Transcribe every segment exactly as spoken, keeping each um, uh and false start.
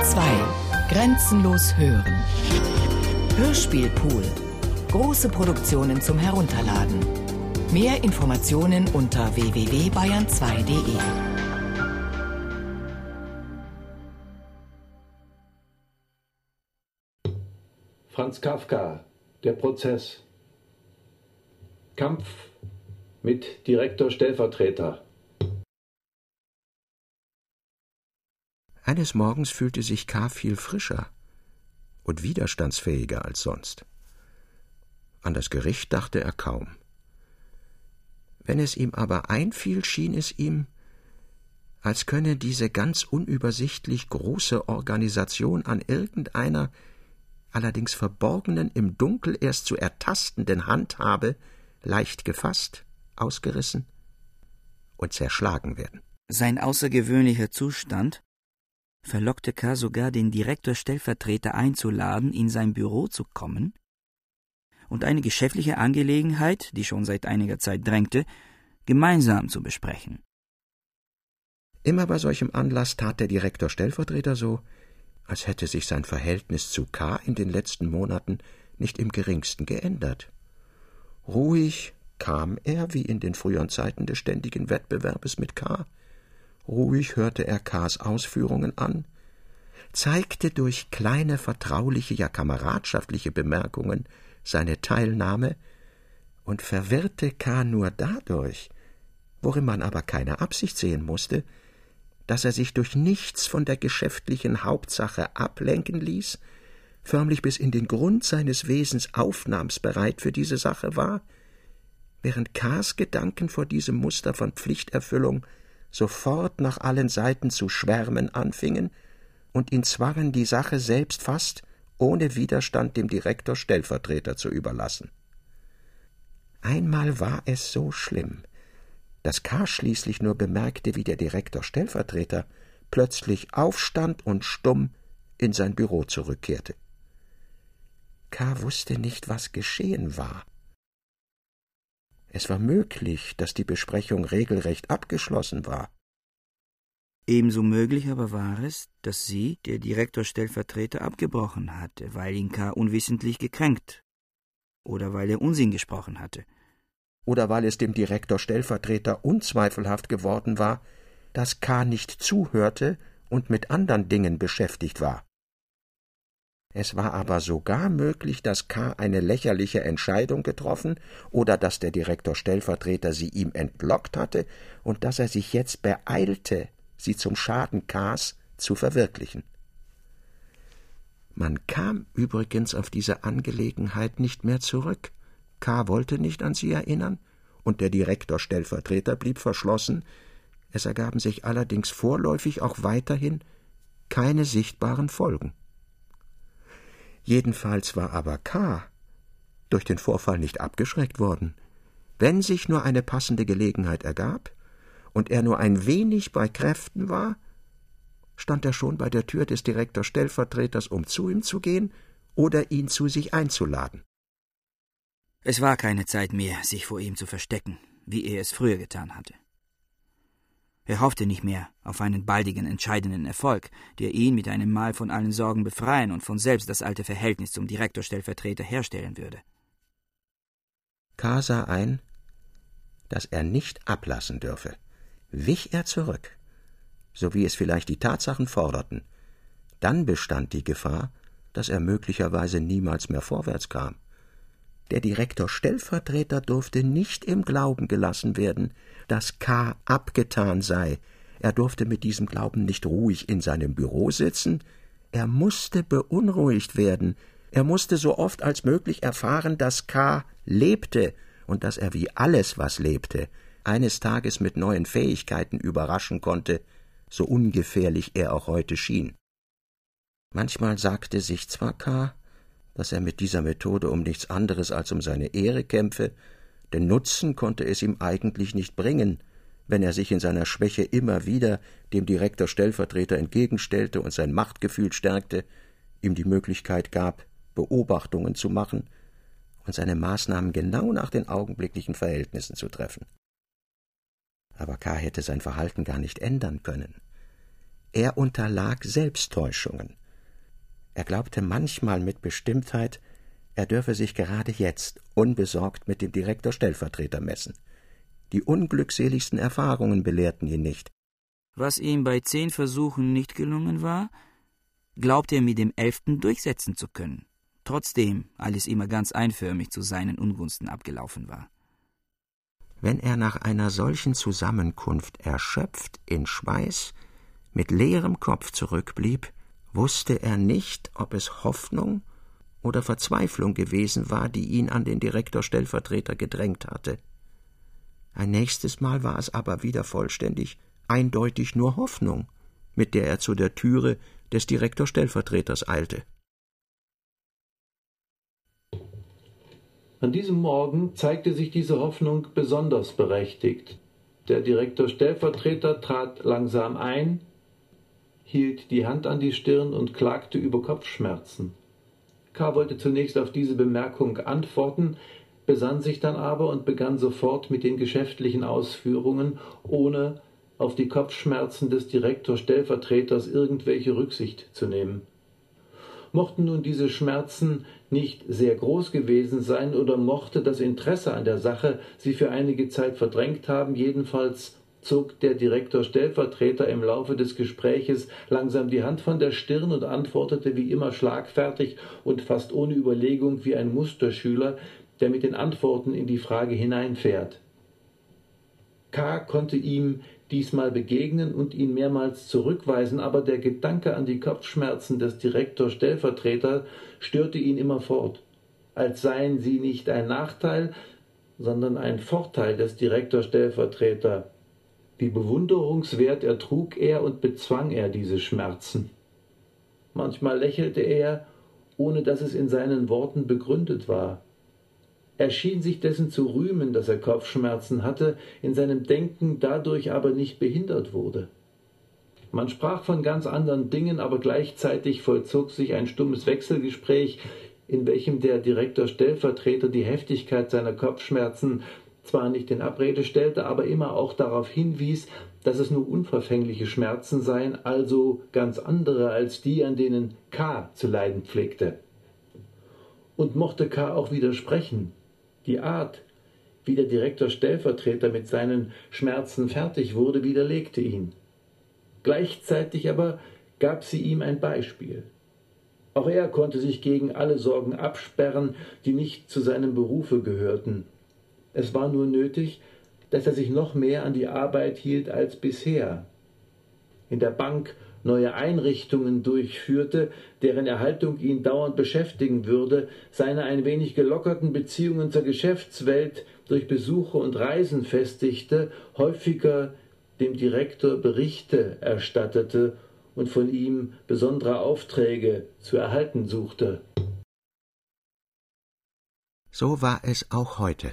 zwei. Grenzenlos hören. Hörspielpool. Große Produktionen zum Herunterladen. Mehr Informationen unter w w w punkt bayern zwei punkt de. Franz Kafka, der Prozess. Kampf mit Direktor Stellvertreter. Eines Morgens fühlte sich K. viel frischer und widerstandsfähiger als sonst. An das Gericht dachte er kaum. Wenn es ihm aber einfiel, schien es ihm, als könne diese ganz unübersichtlich große Organisation an irgendeiner, allerdings verborgenen, im Dunkel erst zu ertastenden Handhabe leicht gefasst, ausgerissen und zerschlagen werden. Sein außergewöhnlicher Zustand verlockte K. sogar, den Direktor-Stellvertreter einzuladen, in sein Büro zu kommen und eine geschäftliche Angelegenheit, die schon seit einiger Zeit drängte, gemeinsam zu besprechen. Immer bei solchem Anlass tat der Direktor-Stellvertreter so, als hätte sich sein Verhältnis zu K. in den letzten Monaten nicht im geringsten geändert. Ruhig kam er, wie in den früheren Zeiten des ständigen Wettbewerbes mit K. Ruhig hörte er K.s Ausführungen an, zeigte durch kleine vertrauliche, ja kameradschaftliche Bemerkungen seine Teilnahme und verwirrte K. nur dadurch, worin man aber keine Absicht sehen musste, dass er sich durch nichts von der geschäftlichen Hauptsache ablenken ließ, förmlich bis in den Grund seines Wesens aufnahmsbereit für diese Sache war, während K.s Gedanken vor diesem Muster von Pflichterfüllung sofort nach allen Seiten zu schwärmen anfingen und ihn zwangen, die Sache selbst fast ohne Widerstand dem Direktor-Stellvertreter zu überlassen. Einmal war es so schlimm, dass K. schließlich nur bemerkte, wie der Direktor-Stellvertreter plötzlich aufstand und stumm in sein Büro zurückkehrte. K. wusste nicht, was geschehen war. Es war möglich, dass die Besprechung regelrecht abgeschlossen war. Ebenso möglich aber war es, dass sie, der Direktor-Stellvertreter, abgebrochen hatte, weil ihn K. unwissentlich gekränkt oder weil er Unsinn gesprochen hatte. Oder weil es dem Direktor-Stellvertreter unzweifelhaft geworden war, dass K. nicht zuhörte und mit anderen Dingen beschäftigt war. Es war aber sogar möglich, dass K. eine lächerliche Entscheidung getroffen oder dass der Direktor-Stellvertreter sie ihm entlockt hatte und dass er sich jetzt beeilte, sie zum Schaden K.s zu verwirklichen. Man kam übrigens auf diese Angelegenheit nicht mehr zurück. K. wollte nicht an sie erinnern, und der Direktor-Stellvertreter blieb verschlossen. Es ergaben sich allerdings vorläufig auch weiterhin keine sichtbaren Folgen. Jedenfalls war aber K. durch den Vorfall nicht abgeschreckt worden. Wenn sich nur eine passende Gelegenheit ergab und er nur ein wenig bei Kräften war, stand er schon bei der Tür des Direktor-Stellvertreters, um zu ihm zu gehen oder ihn zu sich einzuladen. Es war keine Zeit mehr, sich vor ihm zu verstecken, wie er es früher getan hatte. Er hoffte nicht mehr auf einen baldigen, entscheidenden Erfolg, der ihn mit einem Mal von allen Sorgen befreien und von selbst das alte Verhältnis zum Direktor-Stellvertreter herstellen würde. K. sah ein, dass er nicht ablassen dürfe. Wich er zurück, so wie es vielleicht die Tatsachen forderten, dann bestand die Gefahr, dass er möglicherweise niemals mehr vorwärts kam. Der Direktor-Stellvertreter durfte nicht im Glauben gelassen werden, dass K. abgetan sei. Er durfte mit diesem Glauben nicht ruhig in seinem Büro sitzen. Er musste beunruhigt werden. Er musste so oft als möglich erfahren, dass K. lebte und dass er wie alles, was lebte, eines Tages mit neuen Fähigkeiten überraschen konnte, so ungefährlich er auch heute schien. Manchmal sagte sich zwar K., dass er mit dieser Methode um nichts anderes als um seine Ehre kämpfe, denn Nutzen konnte es ihm eigentlich nicht bringen, wenn er sich in seiner Schwäche immer wieder dem Direktor-Stellvertreter entgegenstellte und sein Machtgefühl stärkte, ihm die Möglichkeit gab, Beobachtungen zu machen und seine Maßnahmen genau nach den augenblicklichen Verhältnissen zu treffen. Aber K. hätte sein Verhalten gar nicht ändern können. Er unterlag Selbsttäuschungen. Er glaubte manchmal mit Bestimmtheit, er dürfe sich gerade jetzt unbesorgt mit dem Direktor-Stellvertreter messen. Die unglückseligsten Erfahrungen belehrten ihn nicht. Was ihm bei zehn Versuchen nicht gelungen war, glaubte er mit dem elften durchsetzen zu können, trotzdem alles immer ganz einförmig zu seinen Ungunsten abgelaufen war. Wenn er nach einer solchen Zusammenkunft erschöpft in Schweiß, mit leerem Kopf zurückblieb, wusste er nicht, ob es Hoffnung oder Verzweiflung gewesen war, die ihn an den Direktor-Stellvertreter gedrängt hatte. Ein nächstes Mal war es aber wieder vollständig, eindeutig nur Hoffnung, mit der er zu der Türe des Direktor-Stellvertreters eilte. An diesem Morgen zeigte sich diese Hoffnung besonders berechtigt. Der Direktor-Stellvertreter trat langsam ein, hielt die Hand an die Stirn und klagte über Kopfschmerzen. K. wollte zunächst auf diese Bemerkung antworten, besann sich dann aber und begann sofort mit den geschäftlichen Ausführungen, ohne auf die Kopfschmerzen des Direktor-Stellvertreters irgendwelche Rücksicht zu nehmen. Mochten nun diese Schmerzen nicht sehr groß gewesen sein oder mochte das Interesse an der Sache sie für einige Zeit verdrängt haben, jedenfalls zog der Direktor-Stellvertreter im Laufe des Gespräches langsam die Hand von der Stirn und antwortete wie immer schlagfertig und fast ohne Überlegung wie ein Musterschüler, der mit den Antworten in die Frage hineinfährt. K. konnte ihm diesmal begegnen und ihn mehrmals zurückweisen, aber der Gedanke an die Kopfschmerzen des Direktor-Stellvertreters störte ihn immerfort, als seien sie nicht ein Nachteil, sondern ein Vorteil des Direktor-Stellvertreters. Wie bewunderungswert ertrug er und bezwang er diese Schmerzen. Manchmal lächelte er, ohne dass es in seinen Worten begründet war. Er schien sich dessen zu rühmen, dass er Kopfschmerzen hatte, in seinem Denken dadurch aber nicht behindert wurde. Man sprach von ganz anderen Dingen, aber gleichzeitig vollzog sich ein stummes Wechselgespräch, in welchem der Direktor-Stellvertreter die Heftigkeit seiner Kopfschmerzen zwar nicht in Abrede stellte, aber immer auch darauf hinwies, dass es nur unverfängliche Schmerzen seien, also ganz andere als die, an denen K. zu leiden pflegte. Und mochte K. auch widersprechen, die Art, wie der Direktor-Stellvertreter mit seinen Schmerzen fertig wurde, widerlegte ihn. Gleichzeitig aber gab sie ihm ein Beispiel. Auch er konnte sich gegen alle Sorgen absperren, die nicht zu seinem Berufe gehörten. Es war nur nötig, dass er sich noch mehr an die Arbeit hielt als bisher. In der Bank neue Einrichtungen durchführte, deren Erhaltung ihn dauernd beschäftigen würde, seine ein wenig gelockerten Beziehungen zur Geschäftswelt durch Besuche und Reisen festigte, häufiger dem Direktor Berichte erstattete und von ihm besondere Aufträge zu erhalten suchte. So war es auch heute.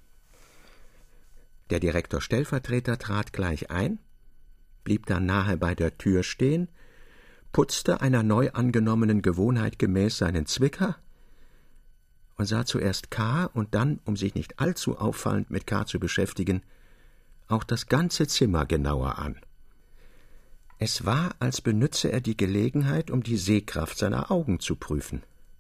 Der Direktor-Stellvertreter trat gleich ein, blieb dann nahe bei der Tür stehen, putzte einer neu angenommenen Gewohnheit gemäß seinen Zwicker und sah zuerst K. und dann, um sich nicht allzu auffallend mit K. zu beschäftigen, auch das ganze Zimmer genauer an. Es war, als benütze er die Gelegenheit, um die Sehkraft seiner Augen zu prüfen.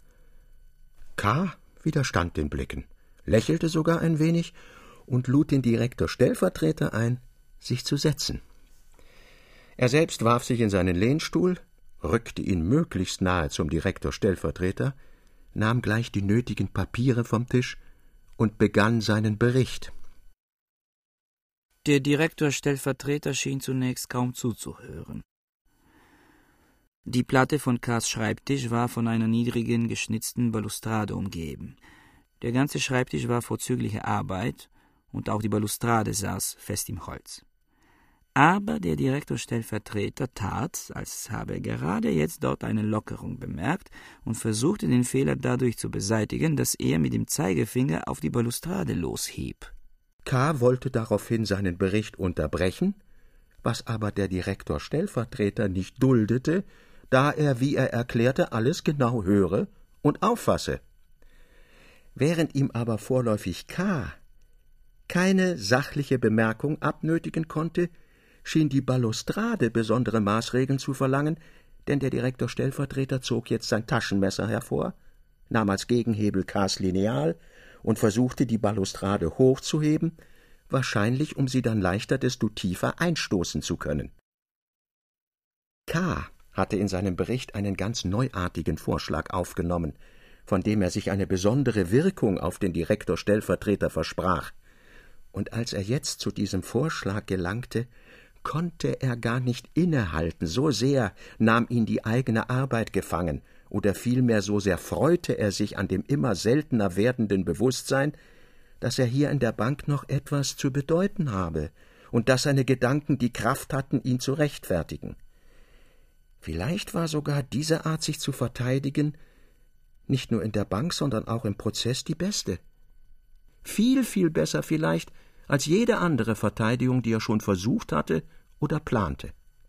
K. widerstand den Blicken, lächelte sogar ein wenig und lud den Direktor-Stellvertreter ein, sich zu setzen. Er selbst warf sich in seinen Lehnstuhl, rückte ihn möglichst nahe zum Direktor-Stellvertreter, nahm gleich die nötigen Papiere vom Tisch und begann seinen Bericht. Der Direktor-Stellvertreter schien zunächst kaum zuzuhören. Die Platte von K.s Schreibtisch war von einer niedrigen, geschnitzten Balustrade umgeben. Der ganze Schreibtisch war vorzügliche Arbeit, und auch die Balustrade saß fest im Holz. Aber der Direktor-Stellvertreter tat, als habe er gerade jetzt dort eine Lockerung bemerkt und versuchte den Fehler dadurch zu beseitigen, dass er mit dem Zeigefinger auf die Balustrade loshieb. K. wollte daraufhin seinen Bericht unterbrechen, was aber der Direktor-Stellvertreter nicht duldete, da er, wie er erklärte, alles genau höre und auffasse. Während ihm aber vorläufig K. keine sachliche Bemerkung abnötigen konnte, schien die Balustrade besondere Maßregeln zu verlangen, denn der Direktor-Stellvertreter zog jetzt sein Taschenmesser hervor, nahm als Gegenhebel Ks Lineal und versuchte, die Balustrade hochzuheben, wahrscheinlich, um sie dann leichter desto tiefer einstoßen zu können. K. hatte in seinem Bericht einen ganz neuartigen Vorschlag aufgenommen, von dem er sich eine besondere Wirkung auf den Direktor-Stellvertreter versprach. Und als er jetzt zu diesem Vorschlag gelangte, konnte er gar nicht innehalten, so sehr nahm ihn die eigene Arbeit gefangen, oder vielmehr so sehr freute er sich an dem immer seltener werdenden Bewusstsein, dass er hier in der Bank noch etwas zu bedeuten habe und dass seine Gedanken die Kraft hatten, ihn zu rechtfertigen. Vielleicht war sogar diese Art, sich zu verteidigen, nicht nur in der Bank, sondern auch im Prozess die beste. Viel, viel besser vielleicht als jede andere Verteidigung, die er schon versucht hatte oder plante.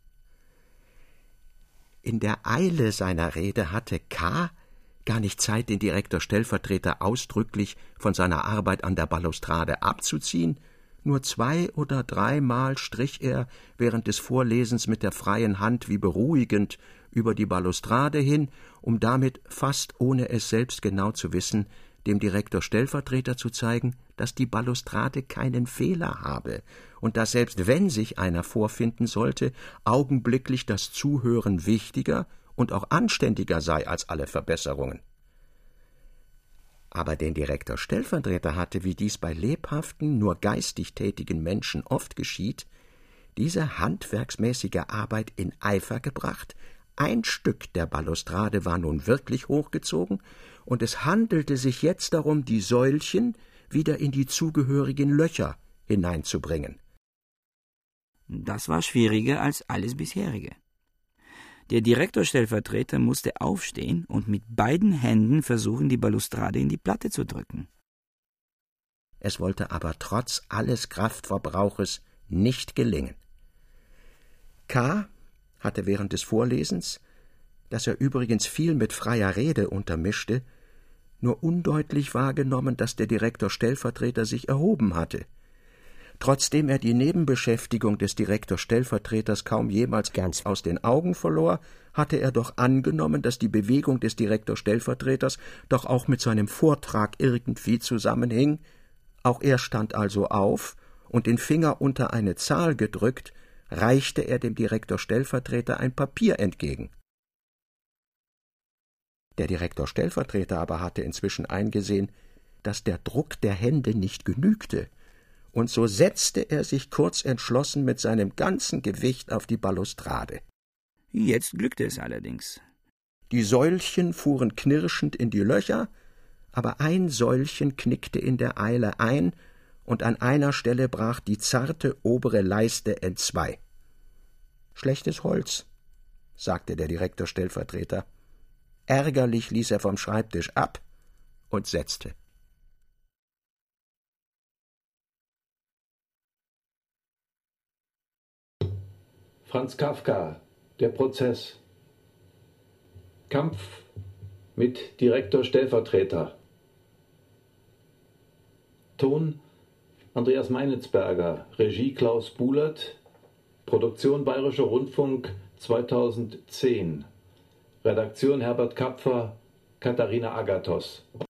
In der Eile seiner Rede hatte K. gar nicht Zeit, den Direktor-Stellvertreter ausdrücklich von seiner Arbeit an der Balustrade abzuziehen. Nur zwei oder dreimal strich er während des Vorlesens mit der freien Hand wie beruhigend über die Balustrade hin, um damit, fast ohne es selbst genau zu wissen, dem Direktor-Stellvertreter zu zeigen, dass die Balustrade keinen Fehler habe und dass selbst wenn sich einer vorfinden sollte, augenblicklich das Zuhören wichtiger und auch anständiger sei als alle Verbesserungen. Aber den Direktor-Stellvertreter hatte, wie dies bei lebhaften, nur geistig tätigen Menschen oft geschieht, diese handwerksmäßige Arbeit in Eifer gebracht. Ein Stück der Balustrade war nun wirklich hochgezogen, und es handelte sich jetzt darum, die Säulchen wieder in die zugehörigen Löcher hineinzubringen. Das war schwieriger als alles bisherige. Der Direktorstellvertreter musste aufstehen und mit beiden Händen versuchen, die Balustrade in die Platte zu drücken. Es wollte aber trotz alles Kraftverbrauches nicht gelingen. K. hatte während des Vorlesens, das er übrigens viel mit freier Rede untermischte, nur undeutlich wahrgenommen, dass der Direktor-Stellvertreter sich erhoben hatte. Trotzdem er die Nebenbeschäftigung des Direktor-Stellvertreters kaum jemals ganz aus den Augen verlor, hatte er doch angenommen, dass die Bewegung des Direktor-Stellvertreters doch auch mit seinem Vortrag irgendwie zusammenhing. Auch er stand also auf, und den Finger unter eine Zahl gedrückt, reichte er dem Direktor-Stellvertreter ein Papier entgegen. Der Direktor-Stellvertreter aber hatte inzwischen eingesehen, dass der Druck der Hände nicht genügte, und so setzte er sich kurz entschlossen mit seinem ganzen Gewicht auf die Balustrade. Jetzt glückte es allerdings. Die Säulchen fuhren knirschend in die Löcher, aber ein Säulchen knickte in der Eile ein, und an einer Stelle brach die zarte obere Leiste entzwei. »Schlechtes Holz«, sagte der Direktor-Stellvertreter. Ärgerlich ließ er vom Schreibtisch ab und setzte. Franz Kafka, der Prozess. Kampf mit Direktor-Stellvertreter. Ton Andreas Meinitzberger, Regie Klaus Buhlert, Produktion Bayerischer Rundfunk zweitausendzehn. Redaktion Herbert Kapfer, Katharina Agathos.